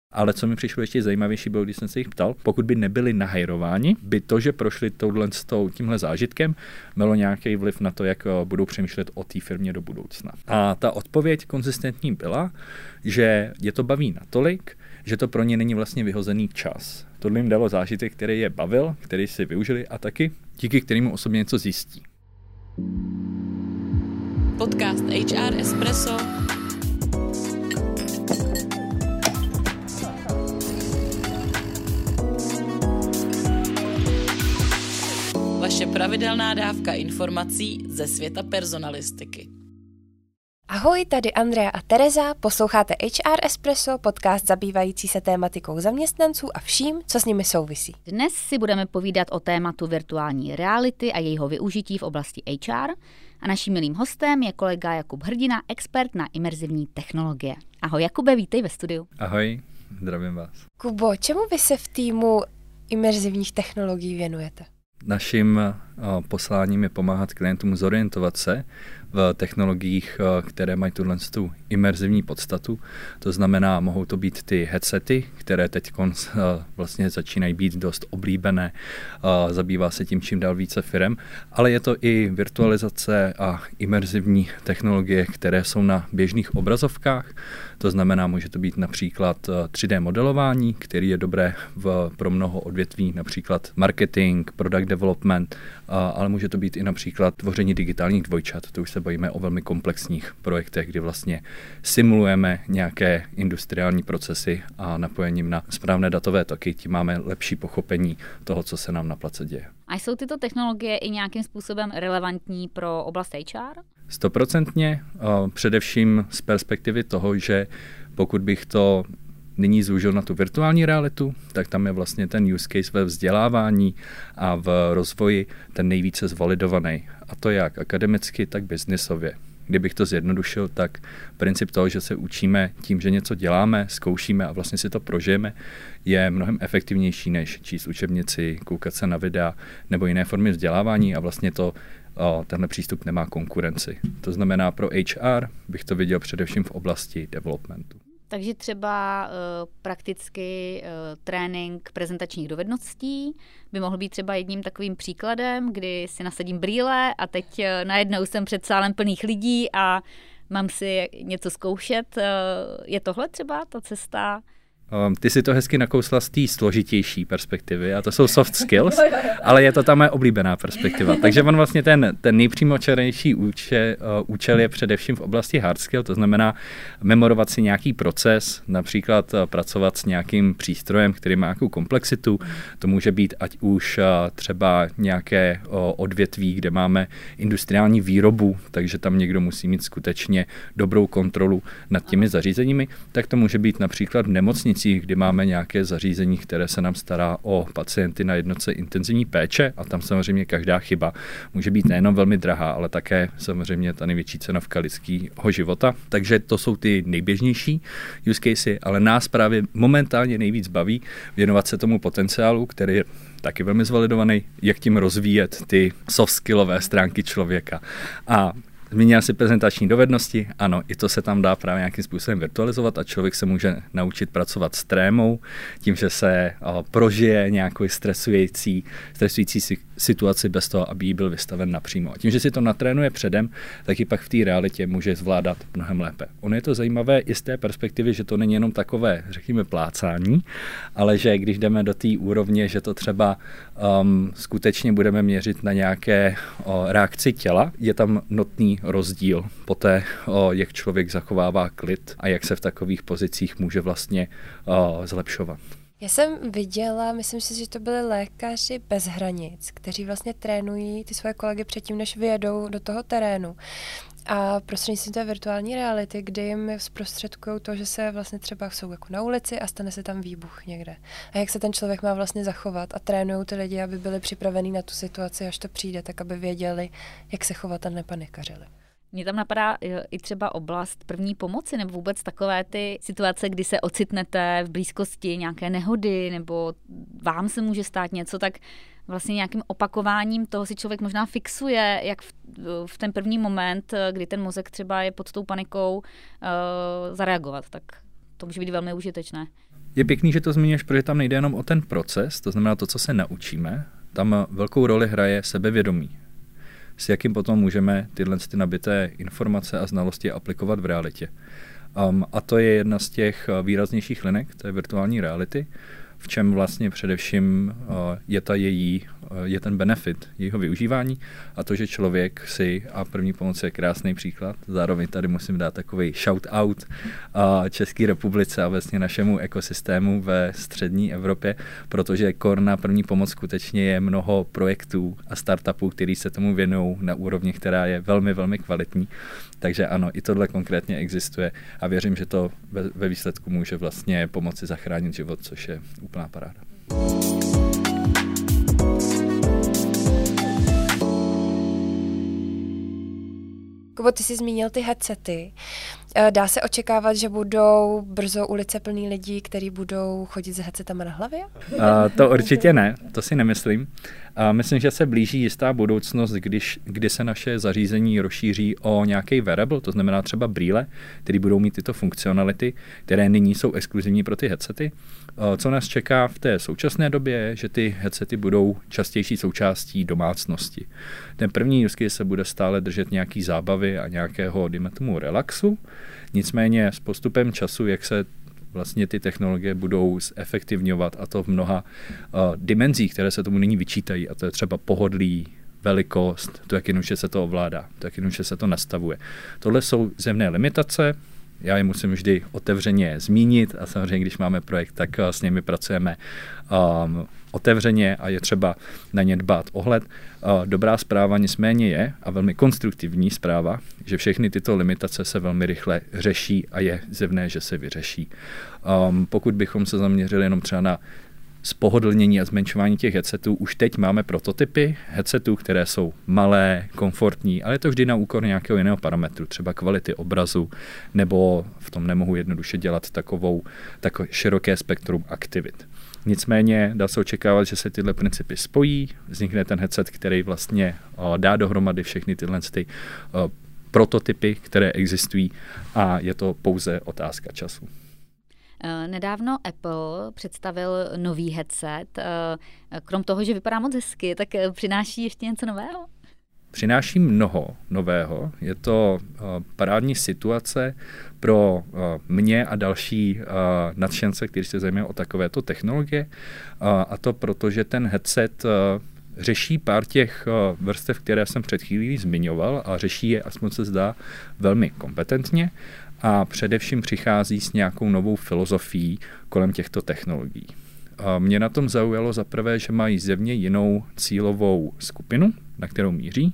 Ale co mi přišlo ještě zajímavější bylo, když jsem se jich ptal, pokud by nebyli nahajrováni, by to, že prošli tímhle zážitkem, mělo nějaký vliv na to, jak budou přemýšlet o té firmě do budoucna. A ta odpověď konzistentní byla, že je to baví natolik, že to pro ně není vlastně vyhozený čas. Tohle jim dalo zážitek, který je bavil, který si využili a taky díky kterému osobně něco zjistí. Podcast HR Espresso. Vaše pravidelná dávka informací ze světa personalistiky. Ahoj, tady Andrea a Tereza, posloucháte HR Espresso, podcast zabývající se tématikou zaměstnanců a vším, co s nimi souvisí. Dnes si budeme povídat o tématu virtuální reality a jejího využití v oblasti HR. A naším milým hostem je kolega Jakub Hrdina, expert na imerzivní technologie. Ahoj Jakube, vítej ve studiu. Ahoj, zdravím vás. Kubo, čemu vy se v týmu imerzivních technologií věnujete? Naším posláním je pomáhat klientům zorientovat se v technologiích, které mají tu imerzivní podstatu. To znamená, mohou to být ty headsety, které teď vlastně začínají být dost oblíbené. Zabývá se tím čím dál více firem, ale je to i virtualizace a imerzivní technologie, které jsou na běžných obrazovkách. To znamená, může to být například 3D modelování, který je dobré pro mnoho odvětví, například marketing, product development, ale může to být i například tvoření digitálních dvojčat. To už se bavíme o velmi komplexních projektech, kdy vlastně simulujeme nějaké industriální procesy a napojením na správné datové toky, tím máme lepší pochopení toho, co se nám na place děje. A jsou tyto technologie i nějakým způsobem relevantní pro oblast HR? 100%, především z perspektivy toho, že pokud bych to nyní zúžil na tu virtuální realitu, tak tam je vlastně ten use case ve vzdělávání a v rozvoji ten nejvíce zvalidovaný. A to jak akademicky, tak biznisově. Kdybych to zjednodušil, tak princip toho, že se učíme tím, že něco děláme, zkoušíme a vlastně si to prožijeme, je mnohem efektivnější než číst učebnici, koukat se na videa nebo jiné formy vzdělávání a vlastně tenhle přístup nemá konkurenci. To znamená, pro HR bych to viděl především v oblasti developmentu. Takže třeba prakticky trénink prezentačních dovedností by mohl být třeba jedním takovým příkladem, kdy si nasadím brýle a teď najednou jsem před sálem plných lidí a mám si něco zkoušet. Je tohle třeba ta cesta? Ty si to hezky nakousla z té složitější perspektivy a to jsou soft skills, ale je to ta moje oblíbená perspektiva. Takže on vlastně ten nejpřímočarejší účel je především v oblasti hard skill, to znamená memorovat si nějaký proces, například pracovat s nějakým přístrojem, který má nějakou komplexitu. To může být ať už třeba nějaké odvětví, kde máme industriální výrobu, takže tam někdo musí mít skutečně dobrou kontrolu nad těmi zařízeními, tak to může být například v nemocnici, kdy máme nějaké zařízení, které se nám stará o pacienty na jednotce intenzivní péče a tam samozřejmě každá chyba může být nejenom velmi drahá, ale také samozřejmě ta největší cenovka lidského života. Takže to jsou ty nejběžnější use casey, ale nás právě momentálně nejvíc baví věnovat se tomu potenciálu, který je taky velmi zvalidovaný, jak tím rozvíjet ty soft skillové stránky člověka. A zmínila si prezentační dovednosti, ano, i to se tam dá právě nějakým způsobem virtualizovat a člověk se může naučit pracovat s trémou, tím, že se prožije nějakou stresující situaci bez toho, aby jí byl vystaven napřímo. A tím, že si to natrénuje předem, tak i pak v té realitě může zvládat mnohem lépe. Ono je to zajímavé i z té perspektivy, že to není jenom takové, řekněme, plácání, ale že když jdeme do té úrovně, že to třeba skutečně budeme měřit na nějaké reakci těla, je tam notný rozdíl po té, jak člověk zachovává klid a jak se v takových pozicích může vlastně zlepšovat. Já jsem viděla, myslím si, že to byli lékaři bez hranic, kteří vlastně trénují ty svoje kolegy předtím, než vyjedou do toho terénu. A prostřednictvím té virtuální reality, kdy jim zprostředkují to, že se vlastně třeba jsou jako na ulici a stane se tam výbuch někde. A jak se ten člověk má vlastně zachovat a trénují ty lidi, aby byli připravení na tu situaci, až to přijde, tak aby věděli, jak se chovat a nepanikařili. Mně tam napadá i třeba oblast první pomoci nebo vůbec takové ty situace, kdy se ocitnete v blízkosti nějaké nehody nebo vám se může stát něco, tak vlastně nějakým opakováním toho si člověk možná fixuje, jak v ten první moment, kdy ten mozek třeba je pod tou panikou, zareagovat. Tak to může být velmi užitečné. Je pěkný, že to zmiňuješ, protože tam nejde jenom o ten proces, to znamená to, co se naučíme. Tam velkou roli hraje sebevědomí, s jakým potom můžeme tyhle nabité informace a znalosti aplikovat v realitě. A to je jedna z těch výraznějších linek té virtuální reality, v čem vlastně především je ten benefit jejího využívání a to, že člověk si, a první pomoc je krásný příklad, zároveň tady musím dát takový shout-out České republice a vlastně našemu ekosystému ve střední Evropě, protože na první pomoc skutečně je mnoho projektů a startupů, který se tomu věnují na úrovni, která je velmi, velmi kvalitní. Takže ano, i tohle konkrétně existuje a věřím, že to ve výsledku může vlastně pomoci zachránit život, což je úplná paráda. Kubo, ty jsi zmínil ty headsety. Dá se očekávat, že budou brzo ulice plný lidí, kteří budou chodit s headsetama na hlavě? To určitě ne, to si nemyslím. Myslím, že se blíží jistá budoucnost, kdy se naše zařízení rozšíří o nějaký wearable, to znamená třeba brýle, které budou mít tyto funkcionality, které nyní jsou exkluzivní pro ty headsety. Co nás čeká v té současné době je, že ty headsety budou častější součástí domácnosti. Ten první use case se bude stále držet nějaký zábavy a nějakého, dejme tomu, relaxu. Nicméně s postupem času, jak se vlastně ty technologie budou zefektivňovat a to v mnoha dimenzích, které se tomu nyní vyčítají, a to je třeba pohodlí, velikost, to, jak jednoduše se to ovládá, to, jak jednoduše se to nastavuje. Tohle jsou zjevné limitace, já je musím vždy otevřeně zmínit a samozřejmě, když máme projekt, tak s nimi pracujeme otevřeně a je třeba na ně dbát ohled. Dobrá zpráva nicméně je, a velmi konstruktivní zpráva, že všechny tyto limitace se velmi rychle řeší a je zjevné, že se vyřeší. Pokud bychom se zaměřili jenom třeba na zpohodlnění a zmenšování těch headsetů, už teď máme prototypy headsetů, které jsou malé, komfortní, ale je to vždy na úkor nějakého jiného parametru, třeba kvality obrazu, nebo v tom nemohu jednoduše dělat takové široké spektrum aktivit. Nicméně dá se očekávat, že se tyhle principy spojí, vznikne ten headset, který vlastně dá dohromady všechny tyhle prototypy, které existují a je to pouze otázka času. Nedávno Apple představil nový headset. Krom toho, že vypadá moc hezky, tak přináší ještě něco nového? Přináší mnoho nového. Je to parádní situace pro mě a další nadšence, kteří se zajímají o takovéto technologie. A to proto, že ten headset řeší pár těch vrstev, které jsem před chvílí zmiňoval a řeší je, aspoň se zdá, velmi kompetentně a především přichází s nějakou novou filozofií kolem těchto technologií. Mě na tom zaujalo zaprvé, že mají zjevně jinou cílovou skupinu, na kterou míří.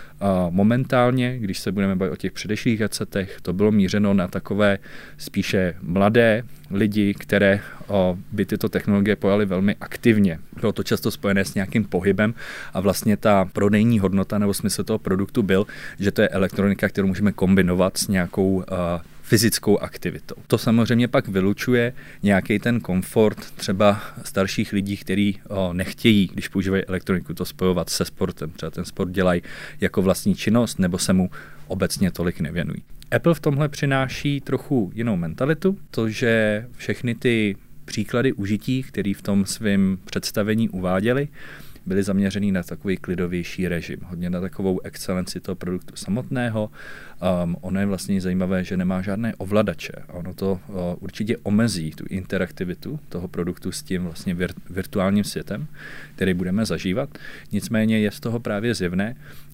Momentálně, když se budeme bavit o těch předešlých headsetech, to bylo mířeno na takové spíše mladé lidi, které by tyto technologie pojaly velmi aktivně. Bylo to často spojené s nějakým pohybem a vlastně ta prodejní hodnota nebo smysl toho produktu byl, že to je elektronika, kterou můžeme kombinovat s nějakou fyzickou aktivitou. To samozřejmě pak vylučuje nějaký ten komfort třeba starších lidí, kteří nechtějí, když používají elektroniku, to spojovat se sportem. Třeba ten sport dělají jako vlastní činnost nebo se mu obecně tolik nevěnují. Apple v tomhle přináší trochu jinou mentalitu, to, že všechny ty příklady užití, které v tom svém představení uváděli, byly zaměřený na takový klidovější režim, hodně na takovou excelenci toho produktu samotného. Ono je vlastně zajímavé, že nemá žádné ovladače. Ono to určitě omezí tu interaktivitu toho produktu s tím vlastně virtuálním světem, který budeme zažívat. Nicméně je z toho právě zjevné,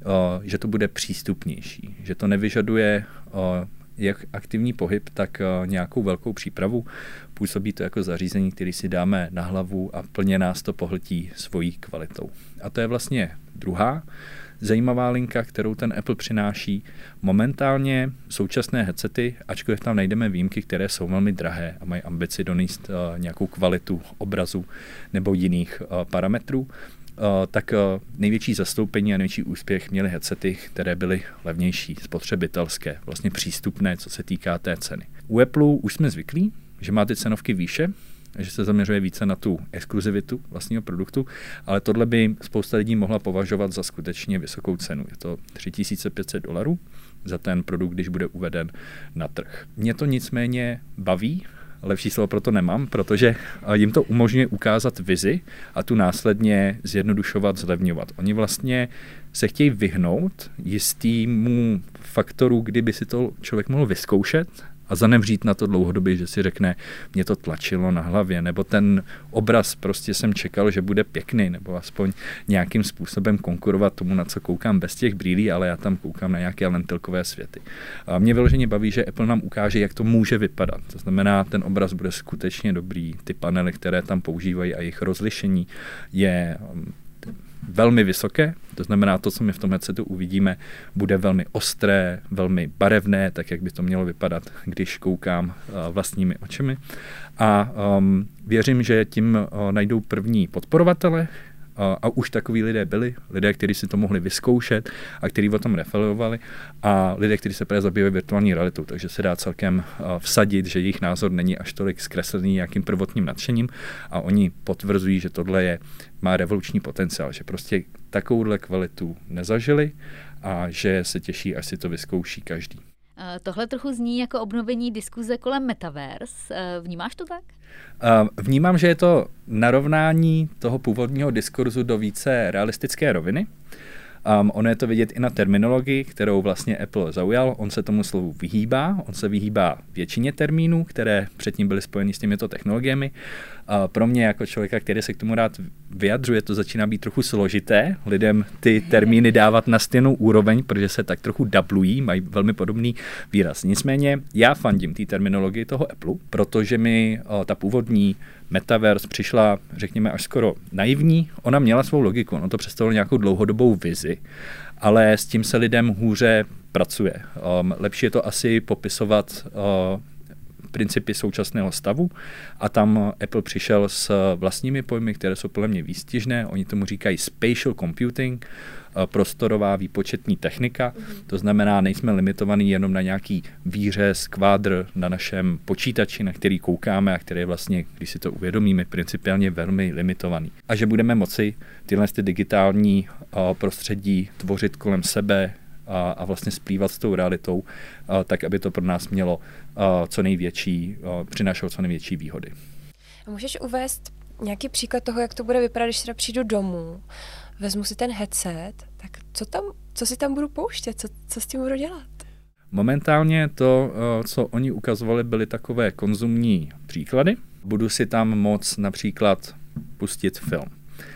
že to bude přístupnější, že to nevyžaduje jak aktivní pohyb, tak nějakou velkou přípravu. Působí to jako zařízení, které si dáme na hlavu a plně nás to pohltí svojí kvalitou. A to je vlastně druhá zajímavá linka, kterou ten Apple přináší. Momentálně současné headsety, ačkoliv tam najdeme výjimky, které jsou velmi drahé a mají ambici donést nějakou kvalitu obrazu nebo jiných parametrů, tak největší zastoupení a největší úspěch měly headsety, které byly levnější, spotřebitelské, vlastně přístupné, co se týká té ceny. U Apple už jsme zvyklí, že má ty cenovky výše, že se zaměřuje více na tu exkluzivitu vlastního produktu, ale tohle by spousta lidí mohla považovat za skutečně vysokou cenu. Je to $3,500 za ten produkt, když bude uveden na trh. Mě to nicméně baví lepší slovo pro to nemám, protože jim to umožňuje ukázat vizi a tu následně zjednodušovat, zlevňovat. Oni vlastně se chtějí vyhnout jistýmu faktoru, kdyby si to člověk mohl vyzkoušet a zanevřít na to dlouhodobě, že si řekne, mě to tlačilo na hlavě, nebo ten obraz prostě jsem čekal, že bude pěkný, nebo aspoň nějakým způsobem konkurovat tomu, na co koukám bez těch brýlí, ale já tam koukám na nějaké lentilkové světy. A mě vyloženě baví, že Apple nám ukáže, jak to může vypadat. To znamená, ten obraz bude skutečně dobrý, ty panely, které tam používají a jejich rozlišení je velmi vysoké, to znamená to, co my v tom headsetu uvidíme, bude velmi ostré, velmi barevné, tak jak by to mělo vypadat, když koukám vlastními očimi. A věřím, že tím najdou první podporovatele, a už takoví lidé byli, lidé, kteří si to mohli vyzkoušet a kteří o tom referovali a lidé, kteří se právě zabývají virtuální realitou, takže se dá celkem vsadit, že jejich názor není až tolik zkreslený nějakým prvotním nadšením a oni potvrzují, že tohle má revoluční potenciál, že prostě takovouhle kvalitu nezažili a že se těší, až si to vyzkouší každý. Tohle trochu zní jako obnovení diskuze kolem Metaverse. Vnímáš to tak? Vnímám, že je to narovnání toho původního diskurzu do více realistické roviny. Ono je to vidět i na terminologii, kterou vlastně Apple zaujal. On se tomu slovu vyhýbá. On se vyhýbá většině termínů, které předtím byly spojeny s těmito technologiemi. Pro mě jako člověka, který se k tomu rád vyjadřuje, to začíná být trochu složité. Lidem ty termíny dávat na stejnou úroveň, protože se tak trochu dublují, mají velmi podobný výraz. Nicméně já fandím té terminologii toho Apple, protože mi ta původní Metaverse přišla, řekněme, až skoro naivní. Ona měla svou logiku, ono to představilo nějakou dlouhodobou vizi, ale s tím se lidem hůře pracuje. Lepší je to asi popisovat principy současného stavu a tam Apple přišel s vlastními pojmy, které jsou podle mě výstižné. Oni tomu říkají spatial computing, prostorová výpočetní technika. To znamená, nejsme limitovaní jenom na nějaký výřez, kvádr na našem počítači, na který koukáme a který je vlastně, když si to uvědomíme, principiálně velmi limitovaný. A že budeme moci tyhle digitální prostředí tvořit kolem sebe a vlastně splývat s tou realitou, tak aby to pro nás mělo přinášelo co největší výhody. A můžeš uvést nějaký příklad toho, jak to bude vypadat, když teda přijdu domů, vezmu si ten headset, tak co si tam budu pouštět, co s tím budu dělat? Momentálně to, co oni ukazovali, byly takové konzumní příklady. Budu si tam moct například pustit film.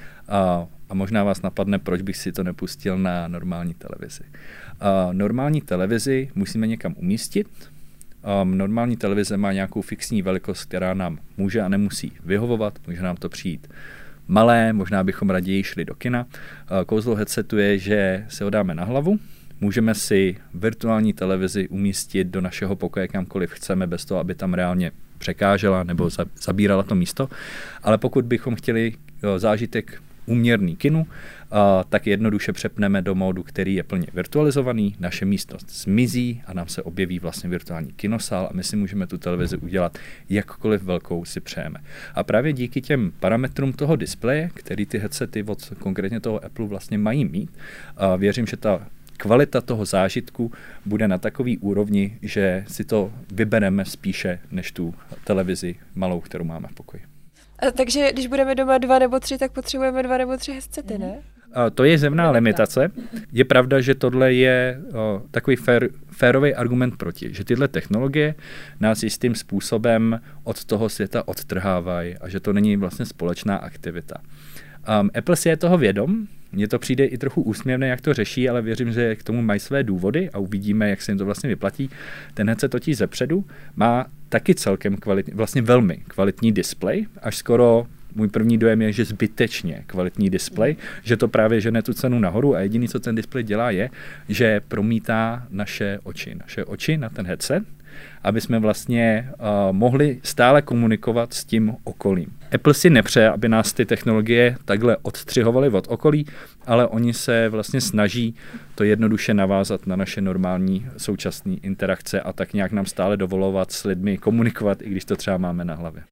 A možná vás napadne, proč bych si to nepustil na normální televizi. Normální televizi musíme někam umístit. Normální televize má nějakou fixní velikost, která nám může a nemusí vyhovovat. Může nám to přijít malé, možná bychom raději šli do kina. Kouzlo headsetu je, že se ho dáme na hlavu. Můžeme si virtuální televizi umístit do našeho pokoje kamkoliv chceme, bez toho, aby tam reálně překážela nebo zabírala to místo. Ale pokud bychom chtěli zážitek úměrný kinu, tak jednoduše přepneme do módu, který je plně virtualizovaný, naše místnost zmizí a nám se objeví vlastně virtuální kinosál a my si můžeme tu televizi udělat jakkoliv velkou si přejeme. A právě díky těm parametrům toho displeje, který ty headsety od konkrétně toho Apple vlastně mají mít, věřím, že ta kvalita toho zážitku bude na takový úrovni, že si to vybereme spíše než tu televizi malou, kterou máme v pokoji. Takže když budeme doma 2 nebo 3, tak potřebujeme 2 nebo 3 headsety, ne? To je zjevná limitace. Je pravda, že tohle je takový férový argument proti, že tyhle technologie nás jistým způsobem od toho světa odtrhávají a že to není vlastně společná aktivita. Apple si je toho vědom, mně to přijde i trochu úsměvné, jak to řeší, ale věřím, že k tomu mají své důvody a uvidíme, jak se jim to vlastně vyplatí. Ten headset totiž zepředu má taky celkem kvalitní, vlastně velmi kvalitní displej, až skoro můj první dojem je, že zbytečně kvalitní displej, že to právě žene tu cenu nahoru a jediný, co ten displej dělá, je, že promítá naše oči na ten headset, aby jsme vlastně mohli stále komunikovat s tím okolím. Apple si nepřeje, aby nás ty technologie takhle odstřihovaly od okolí, ale oni se vlastně snaží to jednoduše navázat na naše normální současné interakce a tak nějak nám stále dovolovat s lidmi komunikovat, i když to třeba máme na hlavě.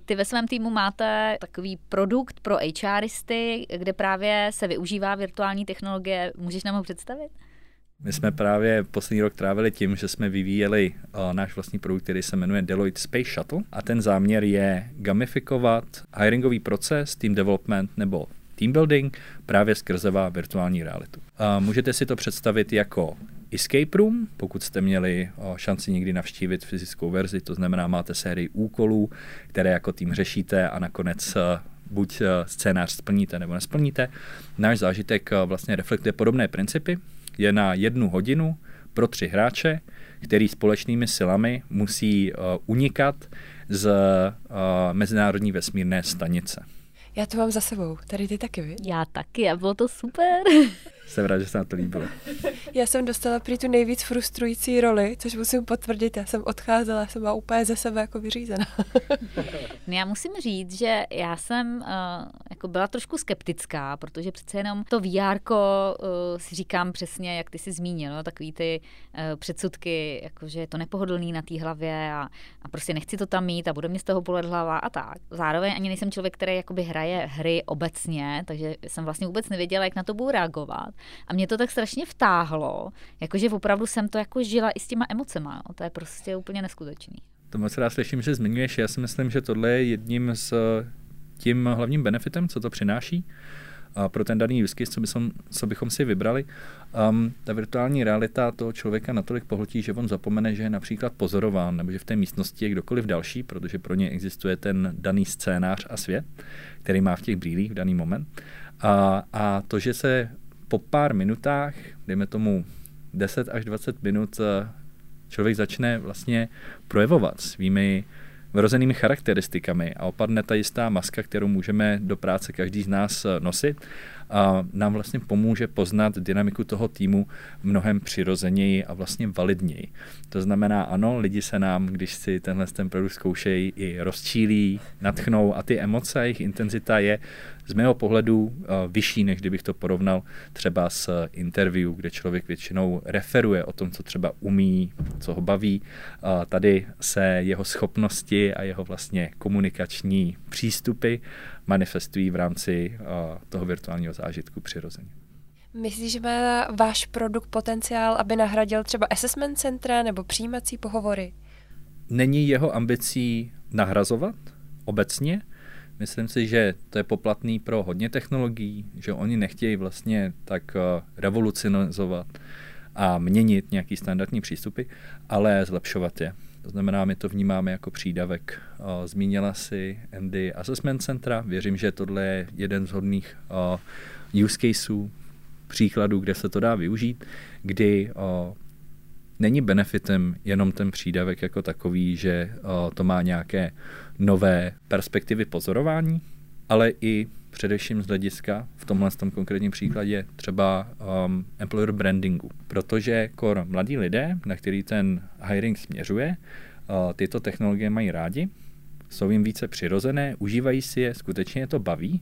Ty ve svém týmu máte takový produkt pro HRisty, kde právě se využívá virtuální technologie. Můžeš nám ho představit? My jsme právě poslední rok trávili tím, že jsme vyvíjeli náš vlastní produkt, který se jmenuje Deloitte Space Shuttle a ten záměr je gamifikovat hiringový proces, team development nebo team building právě skrze virtuální realitu. Můžete si to představit jako escape room, pokud jste měli šanci někdy navštívit fyzickou verzi, to znamená, máte sérii úkolů, které jako tým řešíte a nakonec buď scénář splníte nebo nesplníte. Náš zážitek vlastně reflektuje podobné principy, je na 1 hodinu pro 3 hráče, který společnými silami musí unikat z mezinárodní vesmírné stanice. Já to mám za sebou, tady ty taky, vy? Já taky a bylo to super. Jsem rád, že se nám to líbilo. Já jsem dostala prý tu nejvíc frustrující roli, což musím potvrdit, já jsem odcházela, jsem byla úplně ze sebe jako vyřízená. No já musím říct, že já jsem jako byla trošku skeptická, protože přece jenom to VRko si říkám přesně, jak ty jsi zmínil, no, takový ty předsudky, jakože je to nepohodlný na té hlavě a prostě nechci to tam mít a bude mě z toho bolet hlava a tak. Zároveň ani nejsem člověk, který jakoby hraje hry obecně, takže jsem vlastně vůbec nevěděla, jak na to budu reagovat. A mě to tak strašně vtáhlo, jakože opravdu jsem to jako žila i s těma emocema. No. To je prostě úplně neskutečný. To moc rád slyším, že zmiňuješ. Já si myslím, že tohle je jedním z tím hlavním benefitem, co to přináší pro ten daný use case, co bychom si vybrali. Ta virtuální realita toho člověka natolik pohltí, že on zapomene, že je například pozorován, nebo že v té místnosti je kdokoliv další, protože pro ně existuje ten daný scénář a svět, který má v těch brýlích v daný moment. A to, že se po pár minutách, dejme tomu 10 až 20 minut, člověk začne vlastně projevovat svými vrozenými charakteristikami a opadne ta jistá maska, kterou můžeme do práce každý z nás nosit, a nám vlastně pomůže poznat dynamiku toho týmu mnohem přirozeněji a vlastně validněji. To znamená, ano, lidi se nám, když si ten produkt zkoušejí, i rozčílí, nadchnou a ty emoce, jejich intenzita je z mého pohledu vyšší, než kdybych to porovnal třeba s interview, kde člověk většinou referuje o tom, co třeba umí, co ho baví. Tady se jeho schopnosti a jeho vlastně komunikační přístupy manifestují v rámci toho virtuálního zážitku přirozeně. Myslíš, že má váš produkt potenciál, aby nahradil třeba assessment centra nebo přijímací pohovory? Není jeho ambicí nahrazovat obecně. Myslím si, že to je poplatný pro hodně technologií, že oni nechtějí vlastně tak revolucionizovat a měnit nějaký standardní přístupy, ale zlepšovat je. To znamená, my to vnímáme jako přídavek. Zmínila si Andy Assessment Centra. Věřím, že tohle je jeden z hodných use caseů, příkladů, kde se to dá využít, kdy není benefitem jenom ten přídavek jako takový, že to má nějaké nové perspektivy pozorování, ale i především z hlediska v tomhle konkrétním příkladě třeba employer brandingu. Protože mladí lidé, na který ten hiring směřuje, tyto technologie mají rádi, jsou jim více přirozené, užívají si je, skutečně je to baví.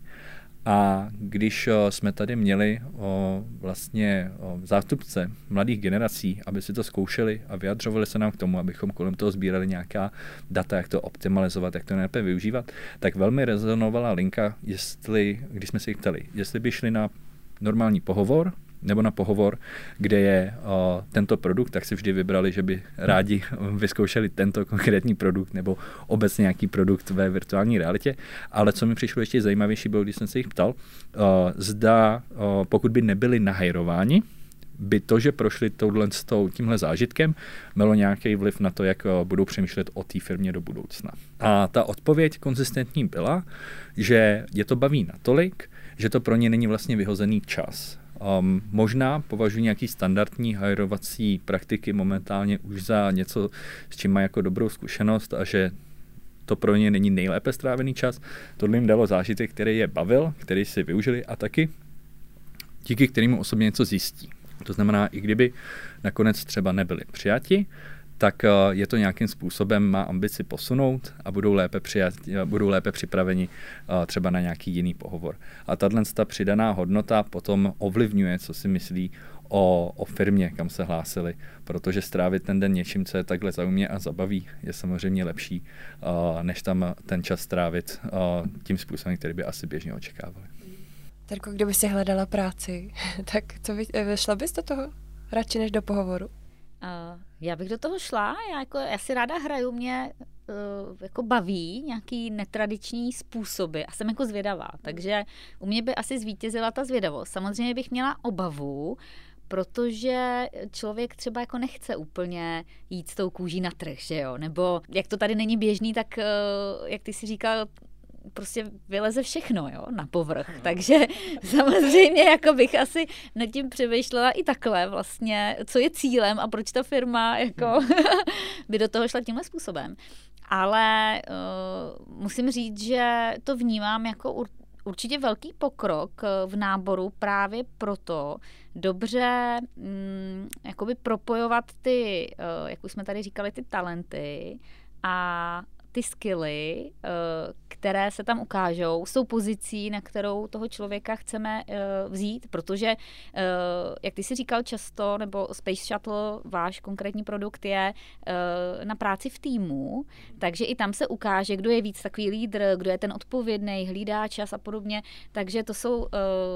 A když jsme tady měli zástupce mladých generací, aby si to zkoušeli a vyjadřovali se nám k tomu, abychom kolem toho sbírali nějaká data, jak to optimalizovat, jak to nejlépe využívat, tak velmi rezonovala linka, když jsme se jich ptali, jestli by šli na normální pohovor, nebo na pohovor, kde je tento produkt, tak si vždy vybrali, že by rádi vyzkoušeli tento konkrétní produkt nebo obecně nějaký produkt ve virtuální realitě. Ale co mi přišlo ještě zajímavější bylo, když jsem se jich ptal, zda pokud by nebyli nahajrováni, by to, že prošli tímhle zážitkem, mělo nějaký vliv na to, jak budou přemýšlet o té firmě do budoucna. A ta odpověď konzistentní byla, že je to baví natolik, že to pro ně není vlastně vyhozený čas. Možná považuji nějaký standardní hajrovací praktiky momentálně už za něco, s čím mají jako dobrou zkušenost a že to pro ně není nejlépe strávený čas. Tohle jim dalo zážitek, který je bavil, který si využili a taky díky kterému osobně něco zjistí. To znamená, i kdyby nakonec třeba nebyli přijati, tak je to nějakým způsobem má ambici posunout a budou lépe připraveni třeba na nějaký jiný pohovor. A tato přidaná hodnota potom ovlivňuje, co si myslí o firmě, kam se hlásili, protože strávit ten den něčím, co je takhle zajímavé a zabaví, je samozřejmě lepší, než tam ten čas strávit tím způsobem, který by asi běžně očekávali. Terko, kdyby si hledala práci, tak šla bys do toho radši než do pohovoru? Já bych do toho šla, já si ráda hraju, mě jako baví nějaký netradiční způsoby a jsem jako zvědavá, takže u mě by asi zvítězila ta zvědavost. Samozřejmě bych měla obavu, protože člověk třeba jako nechce úplně jít s tou kůží na trh, že jo, nebo jak to tady není běžný, tak jak ty si říkal, prostě vyleze všechno, jo, na povrch. Takže samozřejmě jako bych asi nad tím přemýšlela i takhle vlastně, co je cílem a proč ta firma jako by do toho šla tímhle způsobem. Ale musím říct, že to vnímám jako určitě velký pokrok v náboru právě proto dobře jakoby propojovat ty, jak už jsme tady říkali, ty talenty a ty skilly, které se tam ukážou, s tou pozicí, na kterou toho člověka chceme vzít, protože, jak ty jsi říkal často, nebo Space Shuttle, váš konkrétní produkt je na práci v týmu, takže i tam se ukáže, kdo je víc takový lídr, kdo je ten odpovědný, hlídá čas a podobně, takže to jsou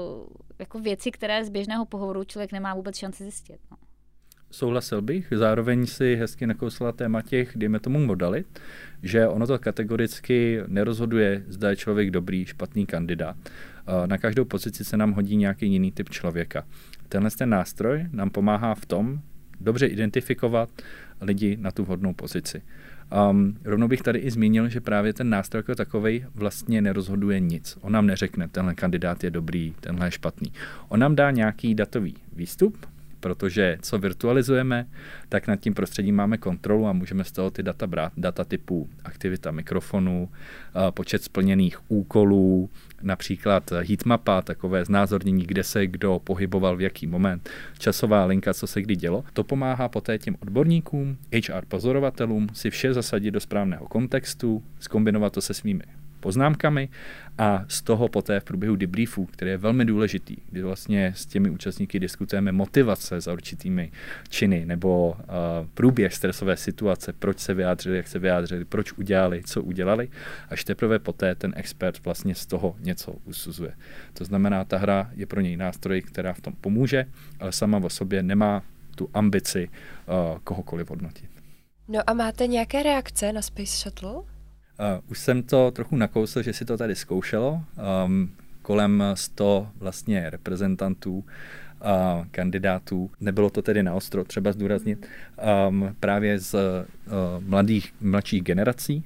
jako věci, které z běžného pohovoru člověk nemá vůbec šanci zjistit. No. Souhlasil bych, zároveň si hezky nakousla téma těch, dejme tomu modalit, že ono to kategoricky nerozhoduje, zda je člověk dobrý, špatný kandidát. Na každou pozici se nám hodí nějaký jiný typ člověka. Tenhle ten nástroj nám pomáhá v tom dobře identifikovat lidi na tu vhodnou pozici. Rovnou bych tady i zmínil, že právě ten nástroj jako takovej vlastně nerozhoduje nic. On nám neřekne, tenhle kandidát je dobrý, tenhle je špatný. On nám dá nějaký datový výstup, protože co virtualizujeme, tak nad tím prostředím máme kontrolu a můžeme z toho ty data brát. Data typu aktivita mikrofonu, počet splněných úkolů, například heatmapa, takové znázornění, kde se kdo pohyboval v jaký moment, časová linka, co se kdy dělo. To pomáhá poté těm odborníkům, HR pozorovatelům si vše zasadit do správného kontextu, zkombinovat to se svými poznámkami a z toho poté v průběhu debriefu, který je velmi důležitý, kdy vlastně s těmi účastníky diskutujeme motivace za určitými činy nebo průběh stresové situace, proč se vyjádřili, jak se vyjádřili, proč udělali, co udělali, až teprve poté ten expert vlastně z toho něco usuzuje. To znamená, ta hra je pro něj nástroj, která v tom pomůže, ale sama o sobě nemá tu ambici kohokoliv hodnotit. No a máte nějaké reakce na Space Shuttle? Už jsem to trochu nakousl, že si to tady zkoušelo. Kolem 100 vlastně reprezentantů, kandidátů. Nebylo to tedy naostro, třeba zdůraznit, právě z mladších generací.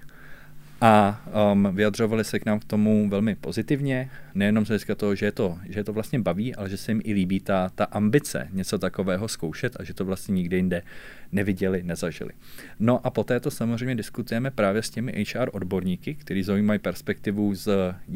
A vyjadřovali se k nám k tomu velmi pozitivně, nejenom z hlediska toho, že je to vlastně baví, ale že se jim i líbí ta ambice něco takového zkoušet a že to vlastně nikde jinde neviděli, nezažili. No a poté to samozřejmě diskutujeme právě s těmi HR odborníky, kteří zaujímají perspektivu z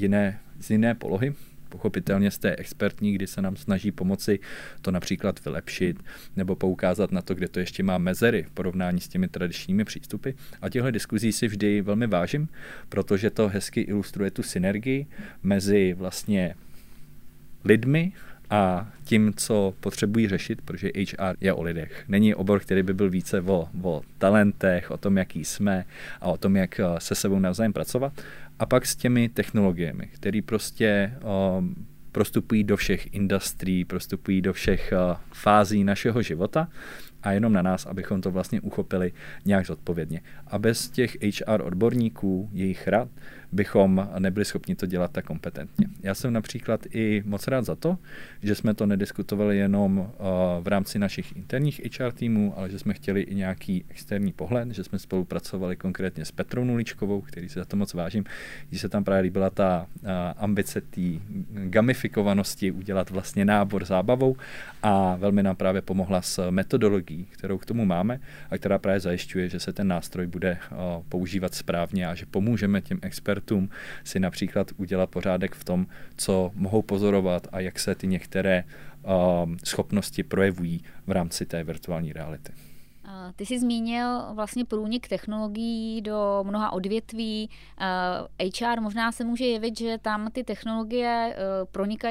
jiné polohy, pochopitelně z té expertní, kdy se nám snaží pomoci to například vylepšit nebo poukázat na to, kde to ještě má mezery v porovnání s těmi tradičními přístupy. A těchto diskuzí si vždy velmi vážím, protože to hezky ilustruje tu synergii mezi vlastně lidmi a tím, co potřebují řešit, protože HR je o lidech. Není obor, který by byl více o talentech, o tom, jaký jsme a o tom, jak se sebou navzájem pracovat. A pak s těmi technologiemi, které prostě prostupují do všech industrí, prostupují do všech fází našeho života a jenom na nás, abychom to vlastně uchopili nějak zodpovědně. A bez těch HR odborníků, jejich rad, bychom nebyli schopni to dělat tak kompetentně. Já jsem například i moc rád za to, že jsme to nediskutovali jenom v rámci našich interních HR týmů, ale že jsme chtěli i nějaký externí pohled, že jsme spolupracovali konkrétně s Petrou Nuličkovou, který si za to moc vážím, že se tam právě líbila ta ambice té gamifikovanosti, udělat vlastně nábor zábavou a velmi nám právě pomohla s metodologií, kterou k tomu máme a která právě zajišťuje, že se ten nástroj bude používat správně a že pomůžeme těm expertům si například udělat pořádek v tom, co mohou pozorovat a jak se ty některé schopnosti projevují v rámci té virtuální reality. Ty jsi zmínil vlastně průnik technologií do mnoha odvětví. HR možná se může jevit, že tam ty technologie pronikají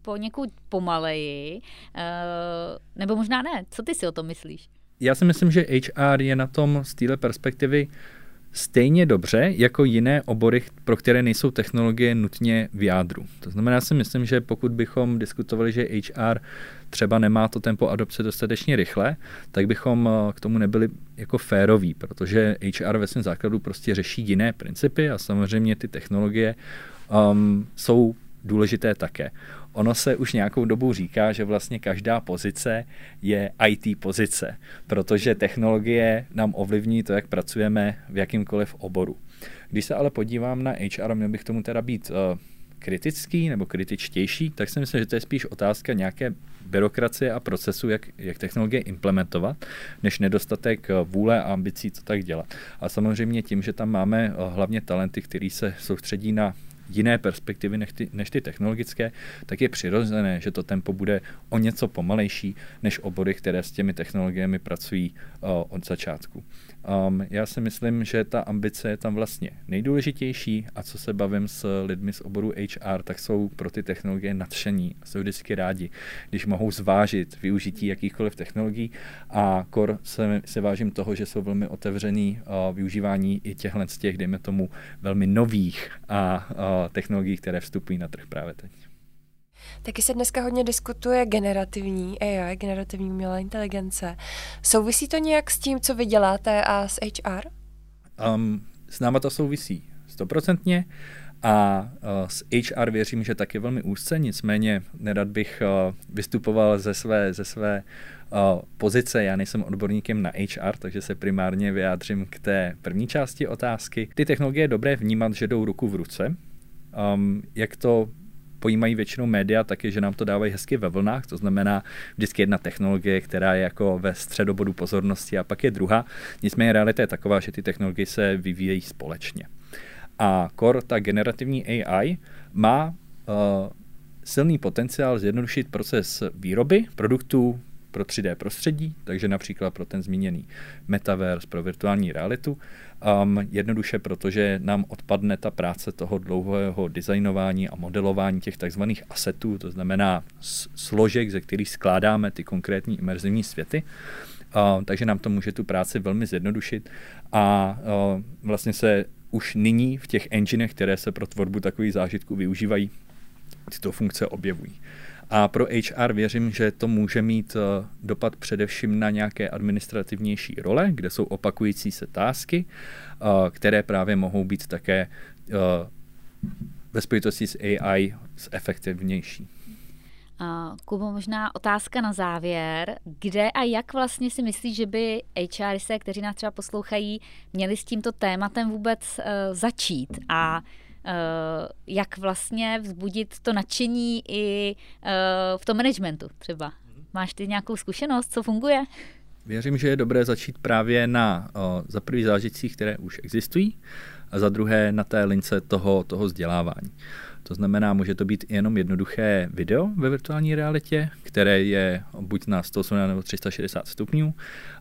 poněkud pomaleji, nebo možná ne. Co ty si o tom myslíš? Já si myslím, že HR je na tom z téhle perspektivy stejně dobře jako jiné obory, pro které nejsou technologie nutně v jádru. To znamená, já si myslím, že pokud bychom diskutovali, že HR třeba nemá to tempo adopce dostatečně rychle, tak bychom k tomu nebyli jako féroví, protože HR ve svém základu prostě řeší jiné principy a samozřejmě ty technologie jsou důležité také. Ono se už nějakou dobu říká, že vlastně každá pozice je IT pozice, protože technologie nám ovlivní to, jak pracujeme v jakýmkoliv oboru. Když se ale podívám na HR, měl bych tomu teda být kritický nebo kritičtější, tak si myslím, že to je spíš otázka nějaké byrokracie a procesu, jak technologie implementovat, než nedostatek vůle a ambicí, co tak dělat. A samozřejmě tím, že tam máme hlavně talenty, který se soustředí na jiné perspektivy než ty technologické, tak je přirozené, že to tempo bude o něco pomalejší než obory, které s těmi technologiemi pracují od začátku. Já si myslím, že ta ambice je tam vlastně nejdůležitější a co se bavím s lidmi z oboru HR, tak jsou pro ty technologie nadšení a jsou vždycky rádi, když mohou zvážit využití jakýchkoliv technologií a se vážím toho, že jsou velmi otevřený využívání i z těch, dejme tomu, velmi nových a technologií, které vstupují na trh právě teď. Taky se dneska hodně diskutuje generativní AI, generativní umělá inteligence. Souvisí to nějak s tím, co vy děláte a s HR? S náma to souvisí 100% a s HR věřím, že taky velmi úzce, nicméně nerad bych vystupoval ze své pozice. Já nejsem odborníkem na HR, takže se primárně vyjádřím k té první části otázky. Ty technologie je dobré vnímat, že jdou ruku v ruce. Jak to pojímají většinou média, tak je, že nám to dávají hezky ve vlnách, to znamená vždycky jedna technologie, která je jako ve středobodu pozornosti a pak je druhá. Nicméně realita je taková, že ty technologie se vyvíjejí společně. A ta generativní AI má silný potenciál zjednodušit proces výroby produktů pro 3D prostředí, takže například pro ten zmíněný metaverse, pro virtuální realitu. Jednoduše, protože nám odpadne ta práce toho dlouhého designování a modelování těch takzvaných asetů, to znamená složek, ze kterých skládáme ty konkrétní imerzivní světy. Takže nám to může tu práci velmi zjednodušit a vlastně se už nyní v těch enginech, které se pro tvorbu takových zážitků využívají, tyto funkce objevují. A pro HR věřím, že to může mít dopad především na nějaké administrativnější role, kde jsou opakující se tásky, které právě mohou být také ve spojitosti s AI efektivnější. Kubo, možná otázka na závěr. Kde a jak vlastně si myslíš, že by HRisté, kteří nás třeba poslouchají, měli s tímto tématem vůbec začít a jak vlastně vzbudit to nadšení i v tom managementu třeba? Máš ty nějakou zkušenost, co funguje? Věřím, že je dobré začít právě na za první zážitcích, které už existují a za druhé na té lince toho vzdělávání. To znamená, může to být jenom jednoduché video ve virtuální realitě, které je buď na 180 nebo 360 stupňů.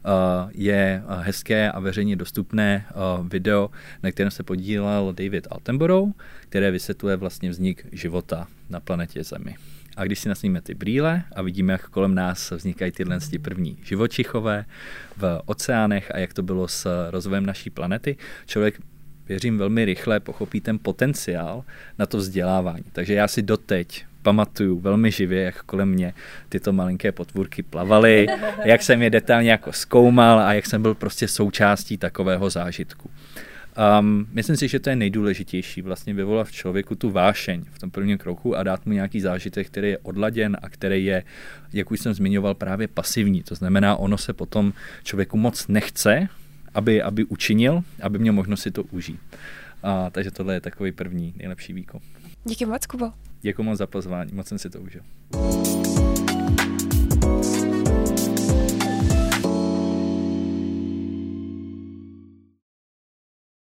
Je hezké a veřejně dostupné video, na kterém se podílel David Attenborough, které vysvětluje vlastně vznik života na planetě Zemi. A když si nasníme ty brýle a vidíme, jak kolem nás vznikají tyhle první živočichové v oceánech a jak to bylo s rozvojem naší planety, člověk, věřím, velmi rychle pochopí ten potenciál na to vzdělávání. Takže já si doteď pamatuju velmi živě, jak kolem mě tyto malinké potvůrky plavaly, jak jsem je detailně jako zkoumal a jak jsem byl prostě součástí takového zážitku. Myslím si, že to je nejdůležitější, vlastně vyvolat v člověku tu vášeň v tom prvním kroku a dát mu nějaký zážitek, který je odladěn a který je, jak už jsem zmiňoval, právě pasivní. To znamená, ono se potom člověku moc nechce, aby učinil, aby měl možnost si to užít. Takže tohle je takový první nejlepší výkon. Díky moc, Kubo. Děkuji moc za pozvání, moc jsem si to užil.